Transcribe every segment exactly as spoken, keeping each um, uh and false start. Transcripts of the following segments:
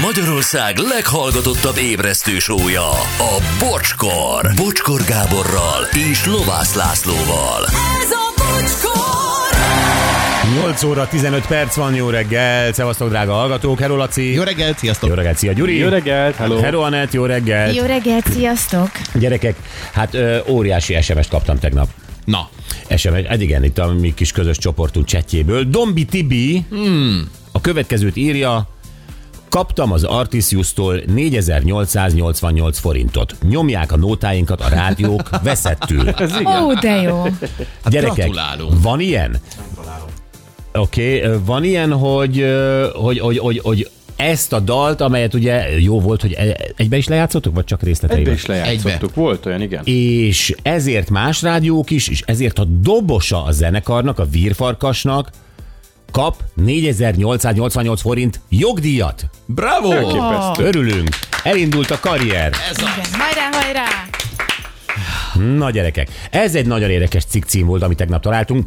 Magyarország leghallgatottabb ébresztő show-ja, a Bocskor. Bocskor Gáborral és Lovász Lászlóval. Ez a Bocskor! nyolc óra tizenöt perc van, jó reggel, szevasztok drága hallgatók, hello Laci. Jó reggelt, sziasztok. Jó reggelt, szia Gyuri. Jó reggelt, hello. Hello Anett, jó reggelt. Jó reggelt, sziasztok. Gyerekek, hát ö, óriási es em es-t kaptam tegnap. Na. es em es, hát igen, itt a mi kis közös csoportunk chatjéből. Dombi Tibi hmm. a következőt írja: kaptam az Artisius-tól négyezer-nyolcszáznyolcvannyolc forintot. Nyomják a nótáinkat a rádiók veszettül. Ez igen. Ó, de jó. Gyerekek, Gratulálunk. van ilyen? Oké, okay, van ilyen, hogy, hogy, hogy, hogy, hogy ezt a dalt, amelyet ugye jó volt, hogy egybe is lejátszottuk, vagy csak részleteiben? Egybe is lejátszottuk, Egybe. volt olyan, igen. És ezért más rádiók is, és ezért a dobosa a zenekarnak, a Vírfarkasnak kap négyezer-nyolcszáznyolcvannyolc forint jogdíjat. Bravo! Elképesztő. Örülünk, elindult a karrier. Ez az. Igen. Hajrá, hajrá! Na gyerekek, ez egy nagyon érdekes cikkcím volt, amit tegnap találtunk,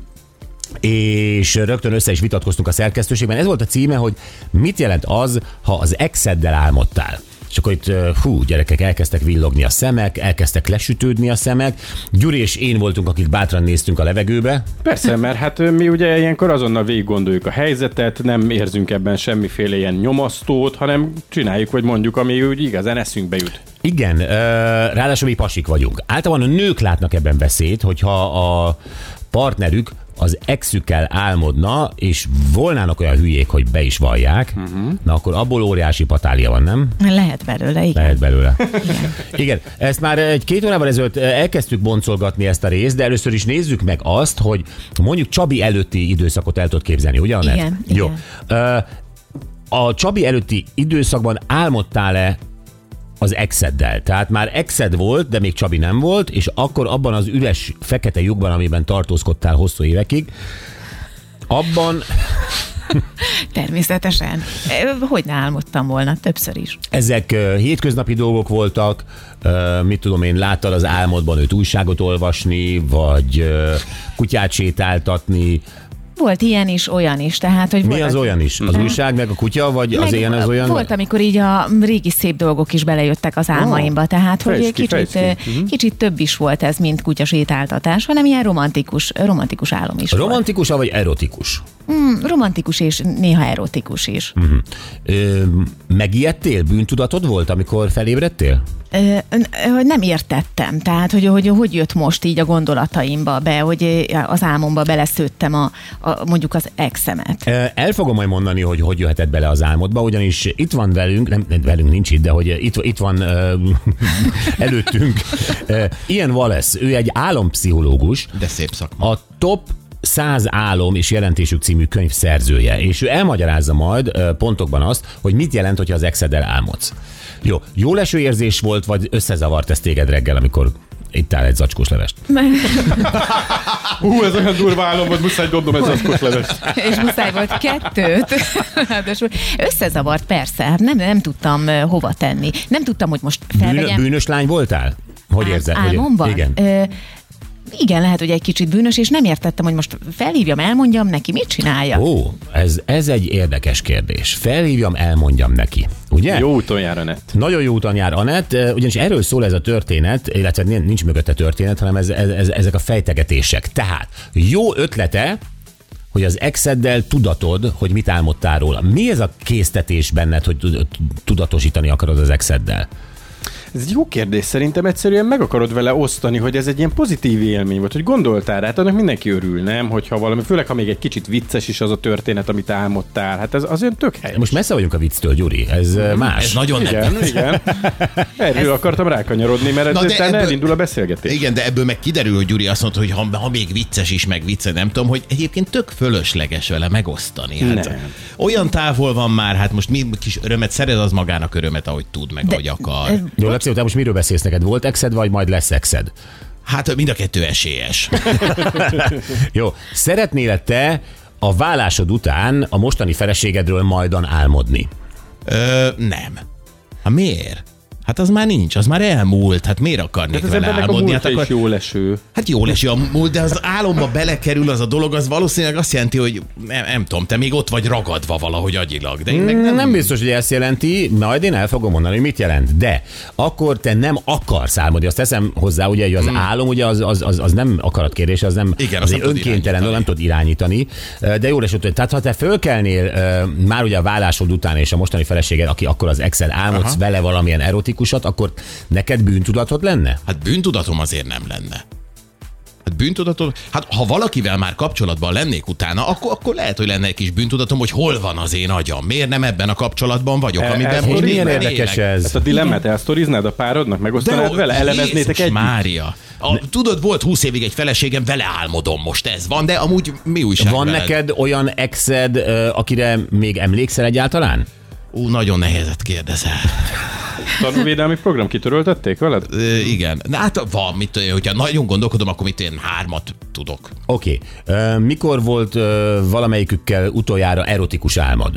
és rögtön össze is vitatkoztunk a szerkesztőségben. Ez volt a címe, hogy mit jelent az, ha az exeddel álmodtál. És akkor itt, hú, gyerekek, elkezdtek villogni a szemek, elkezdtek lesütődni a szemek. Gyuri és én voltunk, akik bátran néztünk a levegőbe. Persze, mert hát mi ugye ilyenkor azonnal végig gondoljuk a helyzetet, nem érzünk ebben semmiféle ilyen nyomasztót, hanem csináljuk, vagy mondjuk, ami úgy igazán eszünkbe jut. Igen, ráadásul mi pasik vagyunk. Általában a nők látnak ebben veszélyt, hogyha a partnerük az exükkel álmodna, és volnának olyan hülyék, hogy be is vallják, uh-huh. na akkor abból óriási patália van, nem? Lehet belőle, igen. Lehet belőle. Igen. Igen, ezt már egy-két órával ezelőtt elkezdtük boncolgatni ezt a részt, de először is nézzük meg azt, hogy mondjuk Csabi előtti időszakot el tudod képzelni, ugye, Anett? Igen, Jó. igen. A Csabi előtti időszakban álmodtál-e az exeddel? Tehát már exed volt, de még Csabi nem volt, és akkor abban az üres fekete lyukban, amiben tartózkodtál hosszú évekig, abban... Természetesen. Hogy ne álmodtam volna, többször is. Ezek uh, hétköznapi dolgok voltak, uh, mit tudom én, láttad az álmodban őt újságot olvasni, vagy uh, kutyát sétáltatni. Volt ilyen is, olyan is. Tehát, hogy Mi volt, az olyan is? Az újság, meg a kutya, vagy az meg ilyen az olyan? Volt, amikor így a régi szép dolgok is belejöttek az álmaimba, oh, tehát hogy fejtsd ki, kicsit, fejtsd ki. Uh-huh. kicsit több is volt ez, mint kutyasétáltatás, hanem ilyen romantikus, romantikus álom is Romantikus, vagy erotikus? volt. Mm, romantikus és néha erotikus is. Uh-huh. Ö, megijedtél? Bűntudatod volt, amikor felébredtél? Ö, hogy nem értettem, tehát hogy, hogy hogy jött most így a gondolataimba be, hogy az álmomba beleszőttem a, a, mondjuk az exemet. El fogom majd mondani, hogy hogy jöhetett bele az álmodba, ugyanis itt van velünk, nem velünk nincs itt, de hogy itt, itt van uh, előttünk uh, Ian Wallace, ő egy álompszichológus. De szép szakma. A top száz álom és jelentésük című könyv szerzője, és ő elmagyarázza majd uh, pontokban azt, hogy mit jelent, hogyha az exeddel álmodsz. Jó, jó leső érzés volt, vagy összezavart ez téged reggel, amikor ittál egy zacskós levest? Hú, ez olyan durva álom volt, muszáj dobnom egy zacskós levest. És muszáj volt kettőt. Összezavart, persze, hát nem, nem tudtam uh, hova tenni. Nem tudtam, hogy most felvegyem. Bűnö, bűnös lány voltál? Hogy érzed? Álmomban? Igen. Ö, igen, lehet, hogy egy kicsit bűnös, és nem értettem, hogy most felhívjam, elmondjam neki, mit csinálja. Ó, ez, ez egy érdekes kérdés. Felhívjam, elmondjam neki. Ugye? Jó úton jár, Anett. Nagyon jó úton jár Anett, ugyanis erről szól ez a történet, illetve nincs mögötte történet, hanem ez, ez, ez, ezek a fejtegetések. Tehát jó ötlete, hogy az exeddel tudatod, hogy mit álmodtál róla. Mi ez a késztetés benned, hogy tudatosítani akarod az exeddel? Ez egy jó kérdés, szerintem egyszerűen meg akarod vele osztani, hogy ez egy ilyen pozitív élmény volt, hogy gondoltál rá, hát annak mindenki örül, nem? Hogyha valami, főleg ha még egy kicsit vicces is az a történet, amit álmodtál, hát ez azért tök helyes. Most messze vagyunk a vicctől, Gyuri, ez más. Ez nagyon Igen, nem. igen. Erről Ez... akartam rákanyarodni, mert Na, ezután ebből... elindul a beszélgetés. Igen, de ebből meg kiderül, hogy Gyuri azt mondta, hogy ha, ha még vicces is, meg vicces, nem tudom, hogy egyébként tök fölösleges vele megosztani. Hát Nem. olyan távol van már, hát most mi kis örömet szerez az magának örömet, ahogy tud, meg De- ahogy akar. Jó, Lepci, te most miről beszélsz neked? Volt exed, vagy majd lesz exed? Hát mind a kettő esélyes. Jó, szeretnél te a vállásod után a mostani feleségedről majdan álmodni? Ö, nem. Hát miért? Hát az már nincs, az már elmúlt. Hát miért akarnék Hát az vele embernek a álmodni? múltja Hát, is jó leső. hát jó leső a múlt, de az álomba belekerül az a dolog, az valószínűleg azt jelenti, hogy nem, nem tudom, te még ott vagy ragadva valahogy agyilag. De én meg Nem, nem... nem biztos, hogy ezt jelenti, majd én el fogom mondani, hogy mit jelent. De akkor te nem akarsz álmodni. Azt teszem hozzá, ugye, hogy az hmm. álom ugye az, az, az, az nem akaratkérdés, az nem, Igen, az azt egy nem tud önkéntelen, irányítani. nem tud irányítani. De jó leső, tehát ha te fölkelnél már ugye a vállásod után és a mostani feleséged, aki akkor az Excel álmodsz Aha. vele valamilyen erotikusat, akkor neked bűntudatod lenne? Hát bűntudatom azért nem lenne. Hát bűntudatom, hát ha valakivel már kapcsolatban lennék utána, akkor, akkor lehet, hogy lenne egy kis bűntudatom, hogy hol van az én agyam. Miért nem ebben a kapcsolatban vagyok, E- amiben ez most Milyen éppen érdekes élek. ez. Ezt a dilemmát elsztoriznád a párodnak? Megosztanád De, vele? Elemeznétek Jézus együtt? Mária. A, tudod, volt húsz évig egy feleségem, vele álmodom most ez van, de amúgy mi újság Van veled? neked olyan exed, ö, akire még emlékszel egyáltalán? Ú, nagyon nehezet kérdezel. Tanúvédelmi program kitöröltették veled? Ö, igen. Na, hát van, mit, hogyha nagyon gondolkodom, akkor mit én hármat tudok. Oké. Okay. Mikor volt ö, valamelyikükkel utoljára erotikus álmod?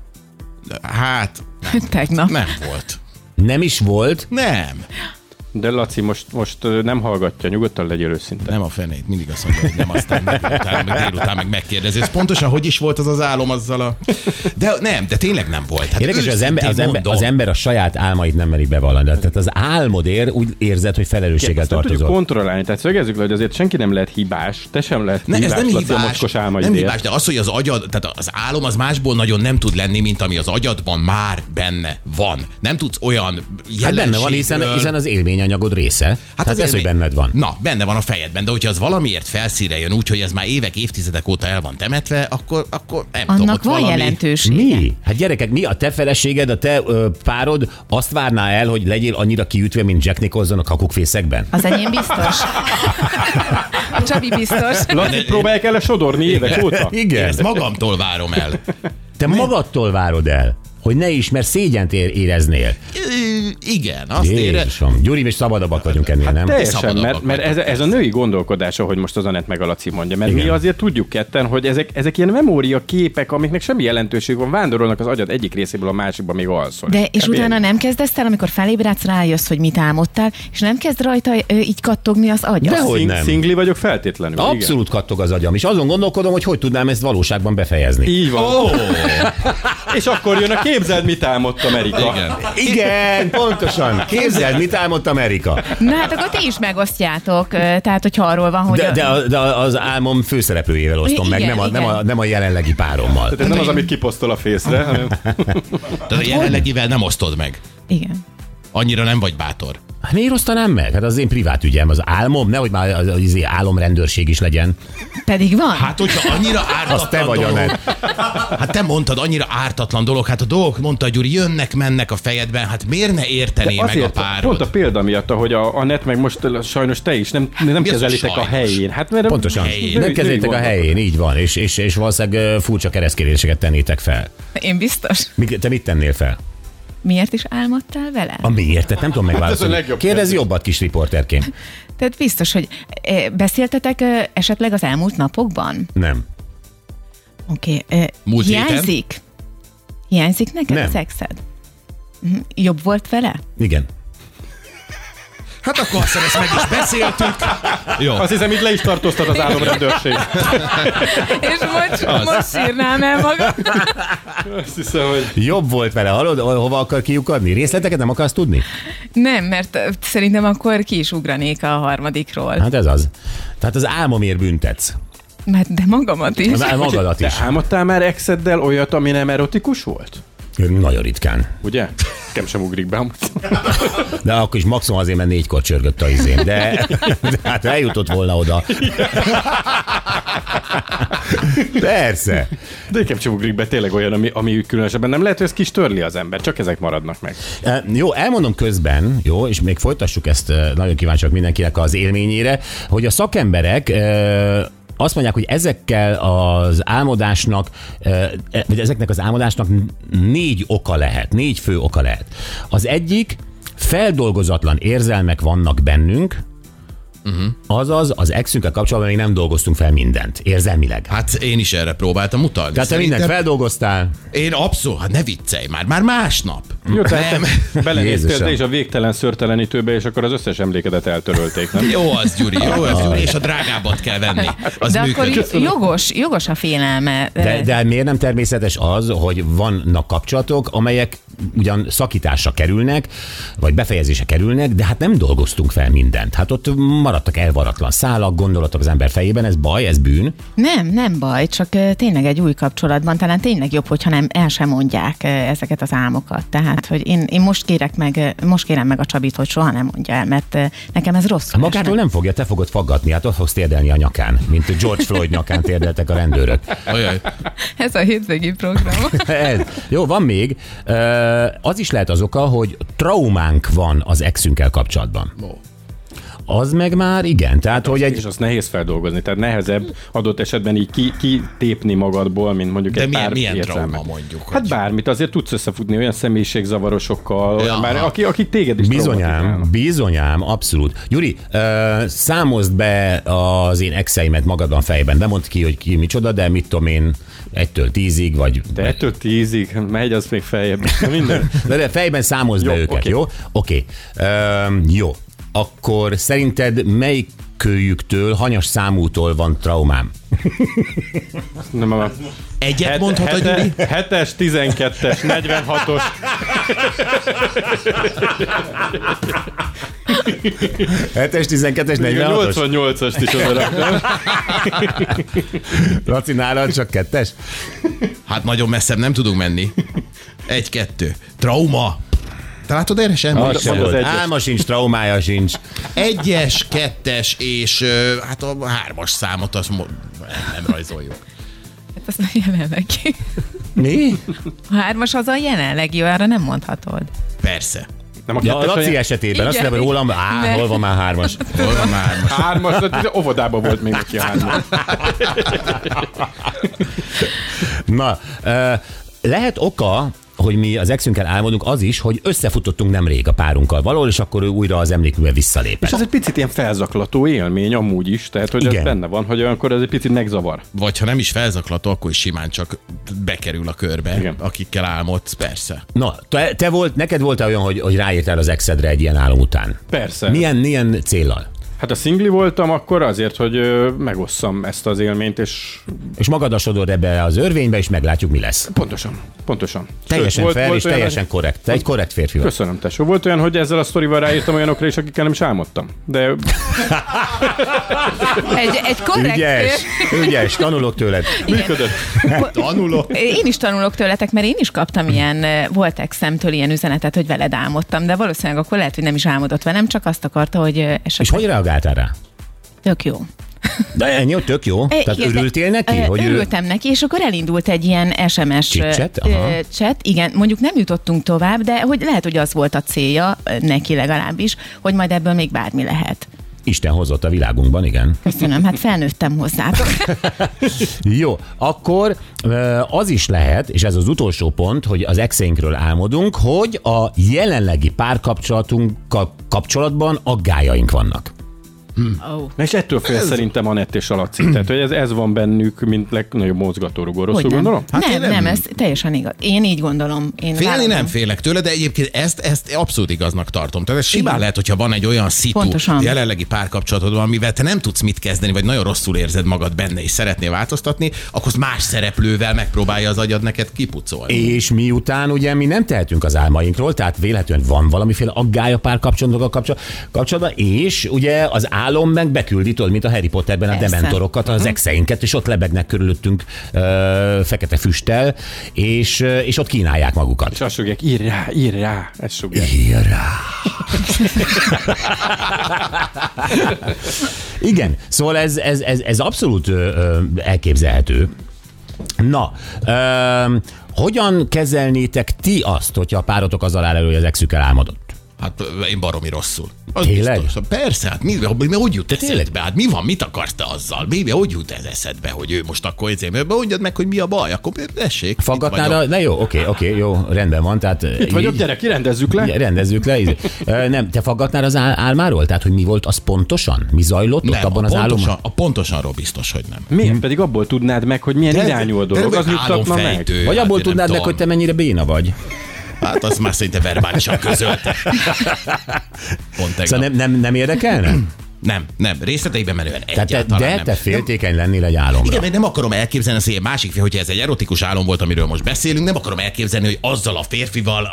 Hát, Tegnap. nem volt. Nem is volt? Nem. De Laci most, most ö, nem hallgatja, nyugodtan legyél őszinte. Nem a fenét, mindig azt mondja, hogy nem, aztán meg, utána, meg délután meg megkérdezi. Ez pontosan, hogy is volt az az álom azzal a... De nem, de tényleg nem volt. Hát Érdekes, hogy az ember, az, őszintén ember, mondom. az ember a saját álmait nem meri bevallani. Tehát az álmodér úgy érzed, hogy felelősséggel Ezt nem tudjuk tartozol. kontrollálni, tehát szögezzük le, hogy azért senki nem lehet hibás, te sem lehet Ne, hibás, ez nem Laci, a hibás, mocskos nem álmaidért. hibás, de az, hogy az agyad, tehát az álom az másból nagyon nem tud lenni, mint ami az agyadban már benne van. Nem tudsz olyan Hát benne van, hiszen, jelenségből- hiszen az élményanyagod része. Hát ez, azért hogy még- benned van. Na, benne van a fejedben, de hogyha az valamiért felszínre jön úgy, hogy ez már évek, évtizedek óta el van temetve, akkor, akkor nem tudom, Annak ott van valami... jelentősége. Mi? Hát gyerekek, mi a te feleséged, a te ö, párod azt várná el, hogy legyél annyira kiütve, mint Jack Nicholson a kakukfészekben? Az enyém biztos. A Csabi biztos. Laci, próbálják el sodorni évek óta? Én Igen. ezt magamtól várom el. Te magadtól várod el, hogy ne is, mert szégyent ér- éreznél. Ö, Igen, azt érez... Jézusom, Gyuri, mi szabadabbak vagyunk ennél, nem? Teljesen, szabadabbak mert, mert ez, vagytok, ez a női gondolkodás, ahogy most az Anett meg a Laci mondja. Mert Igen. mi azért tudjuk ketten, hogy ezek, ezek ilyen memória képek, amiknek semmi jelentőség van, vándorolnak az agyad egyik részéből a másikba, még alszol. De és Kb. utána nem kezdesz el, amikor felébredsz, rájössz, hogy mit álmodtál, és nem kezd rajta ö, így kattogni az agyad. Dehogy Szing- nem. Szingli vagyok feltétlenül. Abszolút kattog az agyam, és azon gondolkodom, hogy hogy tudnám ezt valóságban befejezni. Igen. Így van. Ó, És akkor jön a képzeld, mit álmodt Amerika. igen. Igen, pontosan. Képzeld, mit álmodt Amerika. Na hát akkor ti is megosztjátok, ö, tehát hogyha arról van, hogy... De, a- de, a- de az álmom főszereplőjével osztom meg, Igen, nem a, nem, a, igen. nem a jelenlegi párommal. Tehát ez nem az, amit kiposztol a fészre, hanem Tehát a jelenlegivel nem osztod meg. Igen. Annyira nem vagy bátor. Hát miért osztanám meg? Hát az én privát ügyem, az álmom, nehogy már az, az, az álomrendőrség is legyen. Pedig van? Hát, hogyha annyira ártatlan Az te vagy, dolog. Anett. Hát te mondtad, annyira ártatlan dolog. Hát a dolgok, mondta Gyuri, jönnek, mennek a fejedben. Hát miért ne értené meg a azért párod? pont a példa miatt, ahogy a, a net meg most sajnos te is nem, nem Mi az, kezelitek hogy a sajnos? helyén. Hát mert Pontosan. Helyén. Nem kezeljétek a helyén, így van. És, és, és valószínűleg ö, furcsa keresztkérdéseket tennétek fel. Én biztos. Mi, te mit tennél fel? Miért is álmodtál vele? A miért? Tehát nem tudom megválaszolni. legjobb Kérdezz kérdés. jobbat, kis riporterként. Tehát biztos, hogy eh, beszéltetek eh, esetleg az elmúlt napokban? Nem. Oké. Okay. Múlt héten? Hiányzik? Hiányzik neked Nem. a szexed? Mhm. Jobb volt vele? Igen. Hát akkor azt ezt meg is beszéltük. Jó. Azt hiszem, itt le is tartóztat az álomrendőrség. És most, most sírnám el magam. Azt hiszem, hogy... Jobb volt vele, hallod? Hova akar kiukadni? Részleteket nem akarsz tudni? Nem, mert eh, szerintem akkor ki is ugranék a harmadikról. Hát ez az. Tehát az álmomért büntetsz. Mert de magamat is. Az ál- magadat Te is. álmodtál már exeddel olyat, ami nem erotikus volt? Nagyon ritkán. Ugye? Nekem sem ugrik be. amúgy. De akkor is maximum azért, mert négykor csörgött a izén. De, de hát eljutott volna oda. Persze. De nekem sem ugrik be tényleg olyan, ami, ami különösebben nem lehet, hogy ez kis törli az ember, csak ezek maradnak meg. E, Jó, elmondom közben, jó, és még folytassuk ezt, e, nagyon kíváncsiak mindenkinek az élményére, hogy a szakemberek e, azt mondják, hogy ezekkel az álmodásnak, e, vagy ezeknek az álmodásnak négy oka lehet, négy fő oka lehet. Az egyik, feldolgozatlan érzelmek vannak bennünk, uh-huh. azaz az exünkkel kapcsolatban még nem dolgoztunk fel mindent, érzelmileg. Hát én is erre próbáltam utalni. Tehát te mindent feldolgoztál, Én abszolút, hát ne viccelj már, már másnap. Jó, tehát belenéztél Jézusom. te is a végtelen szörtelenítőbe, és akkor az összes emlékedet eltörölték, nem? Jó az, Gyuri, jó az, Gyuri, és a drágábbat kell venni. Az De akkor működik. jogos, jogos a félelme. De, de miért nem természetes az, hogy vannak kapcsolatok, amelyek ugyan szakításra kerülnek, vagy befejezésre kerülnek, de hát nem dolgoztunk fel mindent. Hát ott maradtak elvaratlan szálak, gondolatok az ember fejében, ez baj, ez bűn. Nem, nem baj, csak ö, tényleg egy új kapcsolatban talán tényleg jobb, hogyha nem el sem mondják ö, ezeket az álmokat. Tehát, hogy én, én most kérek meg, ö, most kérem meg a Csabit, hogy soha nem mondja el, mert ö, nekem ez rosszul Magától esne. nem fogja, te fogod faggatni, hát ott fogsz térdelni a nyakán, mint George Floyd nyakán térdeltek a rendőrök. Olyan. Ez a hétvégi program. Ez. Jó, van még. Ö, Az is lehet az oka, hogy traumánk van az exünkkel kapcsolatban. Az meg már igen, tehát hogy Egy... És egy... azt nehéz feldolgozni, tehát nehezebb adott esetben így ki, kitépni magadból, mint mondjuk De egy milyen, pár milyen érzelmet. trauma mondjuk? Hát hogy- bármit, azért tudsz összefutni olyan személyiségzavarosokkal, Ja, olyan már, aha. akik, akik téged is Bizonyám, traumatizálnak. bizonyám, abszolút. Gyuri, ö, számozd be az én exeimet magadban fejben. Nem mondd ki, hogy ki micsoda, de mit tudom én, egytől tízig, vagy... De ettől tízig megy, az még feljebb. Na minden. De, de fejben számozd be Jó, őket, oké. jó? Oké. Öm, jó. Akkor szerinted melyik kölyüktől, hanyas számútól van traumám? Nem, a Egyet mondhatod, Gyuri? hetes, tizenkettes, negyvenhatos. hetes, tizenkettes, Még a negyvenhatos? nyolcvannyolcast is odaraktam. Laci, nálad csak kettes? Hát nagyon messzebb nem tudunk menni. Egy-kettő. Trauma. Te látod erre sem? Az mondd sem az volt. egyes. Álma sincs, traumája sincs. Egyes, kettes és ö, hát a hármas számot azt mo- nem rajzoljuk. Hát az a jelenlegi. Mi? A hármas az a jelenlegi, arra nem mondhatod. Persze. Nem a Ja, a kettes, Laci a esetében, azt Igen. mondom, rólam, á, Ne. hol van már hármas? Hol van már? hármas, tehát óvodában volt még neki a hármas. Na, ö, lehet oka, hogy mi az exünkkel álmodunk, az is, hogy összefutottunk nemrég a párunkkal valahol, és akkor ő újra az emlékműbe visszalépett. És ez egy picit ilyen felzaklató élmény amúgy is, tehát hogy Igen. ez benne van, hogy olyankor ez egy picit megzavar. Vagy ha nem is felzaklató, akkor is simán csak bekerül a körbe, Igen. akikkel álmodsz, persze. Na, te, te volt, neked volt olyan, hogy, hogy ráírtál az exedre egy ilyen álom után? Persze. Milyen, milyen céllal? Hát a szingli voltam akkor azért, hogy ö, megosszam ezt az élményt, és És magadasodod ebbe az örvénybe, és meglátjuk, mi lesz. pontosan, pontosan. Teljesen Sőt, fel és olyan, teljesen korrekt. Te egy korrekt férfi vagy. Köszönöm, tesó. Volt olyan, hogy ezzel a sztorival ráírtam olyanokra is, akikkel nem is álmodtam. De Egy, egy korrekt... Ügyes, ügyes, tanulok tőled. működött. Tanulok. Én is tanulok tőletek, mert én is kaptam ilyen, eh, volt exemtől ilyen üzenetet, hogy veled álmodtam, de valószínűleg akkor lehet, hogy nem is álmodott velem, csak azt akarta, hogy eh, És esetleg hogy reagáltál rá? tök jó. De ennyi, hogy tök jó. E, Tehát igen, de- örültél neki? Ö, Hogy ő... Örültem neki, és akkor elindult egy ilyen es em es Chit-chat? ö, Aha. chat. Igen, mondjuk nem jutottunk tovább, de hogy lehet, hogy az volt a célja, ö, neki legalábbis, hogy majd ebből még bármi lehet. Isten hozott a világunkban, igen. Köszönöm, hát felnőttem hozzátok. Jó, akkor ö, az is lehet, és ez az utolsó pont, hogy az exeinkről álmodunk, hogy a jelenlegi párkapcsolatunkkal kapcsolatban aggájaink vannak. Oh. Na és ettől fél szerintem Anett és a Laci. Tehát, hogy ez, ez van bennük, mint legnagyobb mozgatórugó. Rosszul Hogy nem? gondolom? Hát én nem, nem- nem, ez teljesen igaz. Én így gondolom. Én Félni vállalom. nem félek tőle, de egyébként ezt, ezt abszolút igaznak tartom. Tehát ez simán Igen. lehet, hogyha van egy olyan szitu Pontosan. jelenlegi párkapcsolatodban, amivel te nem tudsz mit kezdeni, vagy nagyon rosszul érzed magad benne, és szeretnél változtatni, akkor azt más szereplővel megpróbálja az agyad neked kipucolni. És miután ugye mi nem tehetünk az álmainkról, tehát véletlenül van valamiféle aggály a párkapcsolatokkal kapcsolatban, és ugye az álom meg beküldi, tudod, mint a Harry Potterben a Persze. dementorokat, az exeinket, és ott lebegnek körülöttünk ö, fekete füsttel, és, ö, és ott kínálják magukat. És azt fogják, írj rá, írj rá. Ezt fogják. Írj rá. Igen, szóval ez, ez, ez, ez abszolút ö, ö, elképzelhető. Na, ö, hogyan kezelnétek ti azt, hogyha a párotok azzal áll elő, hogy az exükkel álmodott? Hát én baromi rosszul. Az Tényleg? biztos. Persze, hát mi, mi, hogy jut tényleg? eszedbe? Hát mi van, mit akarsz te azzal? Mi, mi, hogy jut ez eszedbe, hogy ő most akkor ezért, mondjad meg, hogy mi a baj, akkor tessék. itt Faggatnál vagyok. a... Na jó, oké, oké, jó, rendben van. Tehát Itt vagyok, gyere, kirendezzük le. Rendezzük le. íz- Ö, Nem, te faggatnál az ál- álmáról? Tehát, hogy mi volt az pontosan? Mi zajlott ott Nem, abban a az pontosan, álomban? a pontosanról biztos, hogy nem. Miért? Pedig abból tudnád meg, hogy milyen De- irányú a de- dolog. de- Az nyugtatna meg. álomfejtő. Vagy Hát abból én nem tudnád meg, tudom. hogy te mennyire béna vagy? Hát azt már szerintem verbálisan közölte. Pont tegnap. Szóval nem, nem, nem érdekelne? Nem, nem, részleteiben menően Tehát te, egyáltalán de nem. te féltékeny lennél egy álomra. Igen, mert nem akarom elképzelni, az egy másik fél, hogyha ez egy erotikus álom volt, amiről most beszélünk, nem akarom elképzelni, hogy azzal a férfival...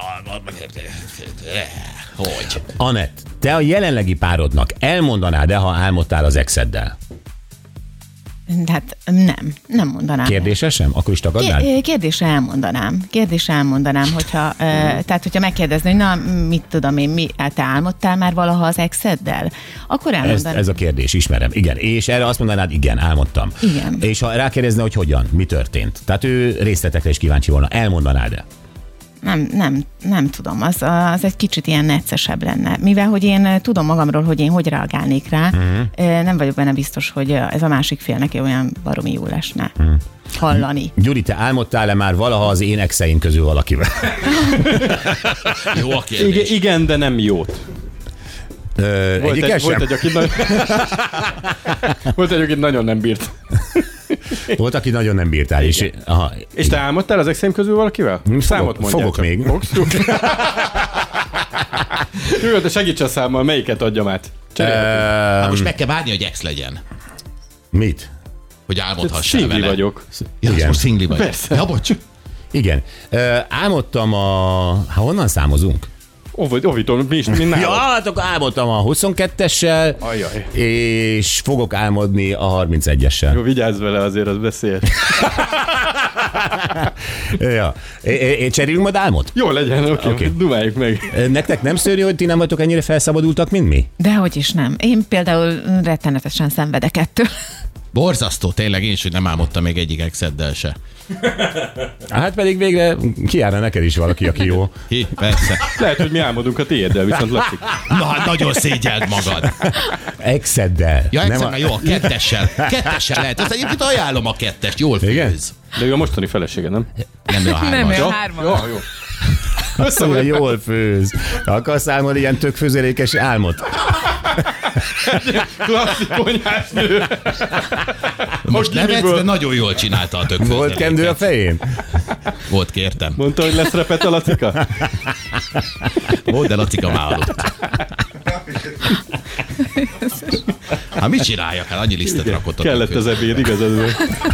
Hogy? Anett, te a jelenlegi párodnak elmondanád-e, ha álmodtál az exeddel? Hát nem, nem mondanám. Kérdése sem? Akkor is tagadnád? Ké- Kérdésre elmondanám. Kérdésre elmondanám, hogyha, uh, tehát hogyha megkérdezni, hogy na, mit tudom én, mi, te álmodtál már valaha az exeddel? Akkor Ez, elmondanám. ez a kérdés, ismerem. Igen. És erre azt mondanád, igen, álmodtam. Igen. És ha rákérdezne, hogy hogyan, mi történt? Tehát ő részletekre is kíváncsi volna. Elmondanád-e? Nem, nem, nem tudom, az, az egy kicsit ilyen neccesebb lenne. Mivel, hogy én tudom magamról, hogy én hogy reagálnék rá, uh-huh. nem vagyok benne biztos, hogy ez a másik fél neki olyan baromi jó lesne uh-huh. hallani. Gyuri, te álmodtál-e már valaha az én exeim közül valakivel? Jó a kérdés. Igen, igen, de nem jót. Ö, Volt egyikkel egy, sem? volt egy, aki nagyon... volt egy, aki nagyon nem bírt. Volt, aki nagyon nem bírtál. És, aha, És te álmodtál az exeim közül valakivel? Fogok- Számot mondjál fogok csak. még. Fogsz? Jó, de segíts a számmal, melyiket adjam át. Cserélhetünk. Hát most meg kell várni, hogy ex legyen. Mit? Hogy álmodhassál Szingli vele. vagyok. Ja, Igen. most szingli vagy. Persze. Ja, bocs. Igen. Ö, álmodtam a... Hát honnan számozunk? Ovid, Ovidon, mi is, mi nálad? Ja, hát akkor álmodtam a huszonkettessel, Ajaj. és fogok álmodni a harmincegyessel. Jó, vigyázz vele, azért az beszél. Ja. É, é, cseréljünk majd álmot? Jó legyen, oké, Oké. okay. dumáljuk meg. Nektek nem szörnyű, hogy ti nem vagytok ennyire felszabadultak, mint mi? Dehogy is nem. Én például rettenetesen szenvedek ettől. Borzasztó, tényleg én is, hogy nem álmodtam még egyik exeddel se. Hát pedig végre kiárna neked is valaki, aki jó. Hi, persze. Lehet, hogy mi álmodunk a tiéddel, viszont Laci. Na hát nagyon szégyeld magad. Exeddel. Ja, egyszer a... már jó, a kettessel. Kettessel lehet. Azt egyébként ajánlom a kettest, jól Igen? főz. De ő a mostani felesége, nem? Nem ő a hármas. Nem, ő a Ja? hármas. Jó, jó. Azt mondja, jól főz. Akarsz álmodni ilyen tök főzelékes álmot? Klasszik konyhás nő. Most nevetsz, Gimiből. de nagyon jól csinálta a tök Volt főzeléket. kendő a fején? Volt, kértem. Mondta, hogy lesz repet a Lacika? Volt, de Lacika már aludt. Hát mit csináljak? Hát annyi lisztet rakott a Kellett tök az ebéd, igazad volt.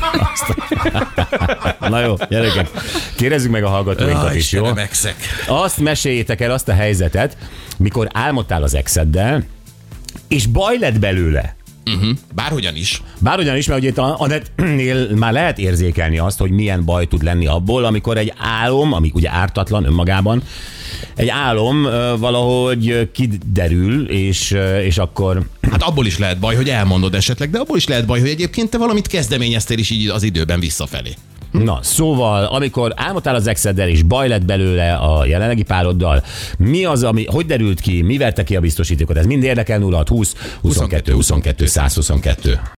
Na jó, gyerekek, kérdezzük meg a hallgatóinkat Jaj, is, jó? Istenem, exek. Azt meséljétek el, azt a helyzetet, mikor álmodtál az exeddel, és baj lett belőle. Uh-huh. Bárhogyan is. Bárhogyan is, mert ugye itt a Anettnél már lehet érzékelni azt, hogy milyen baj tud lenni abból, amikor egy álom, ami ugye ártatlan önmagában, egy álom ö, valahogy kiderül, és, ö, és akkor... Hát abból is lehet baj, hogy elmondod esetleg, de abból is lehet baj, hogy egyébként te valamit kezdeményeztél is így az időben visszafelé. Na, szóval, amikor álmodtál az exeddel, és baj lett belőle a jelenlegi pároddal, mi az, ami, hogy derült ki, mi verte ki a biztosítékot? Ez mind érdekel, nulla hat húsz huszonkettő huszonkettő száz huszonkettő.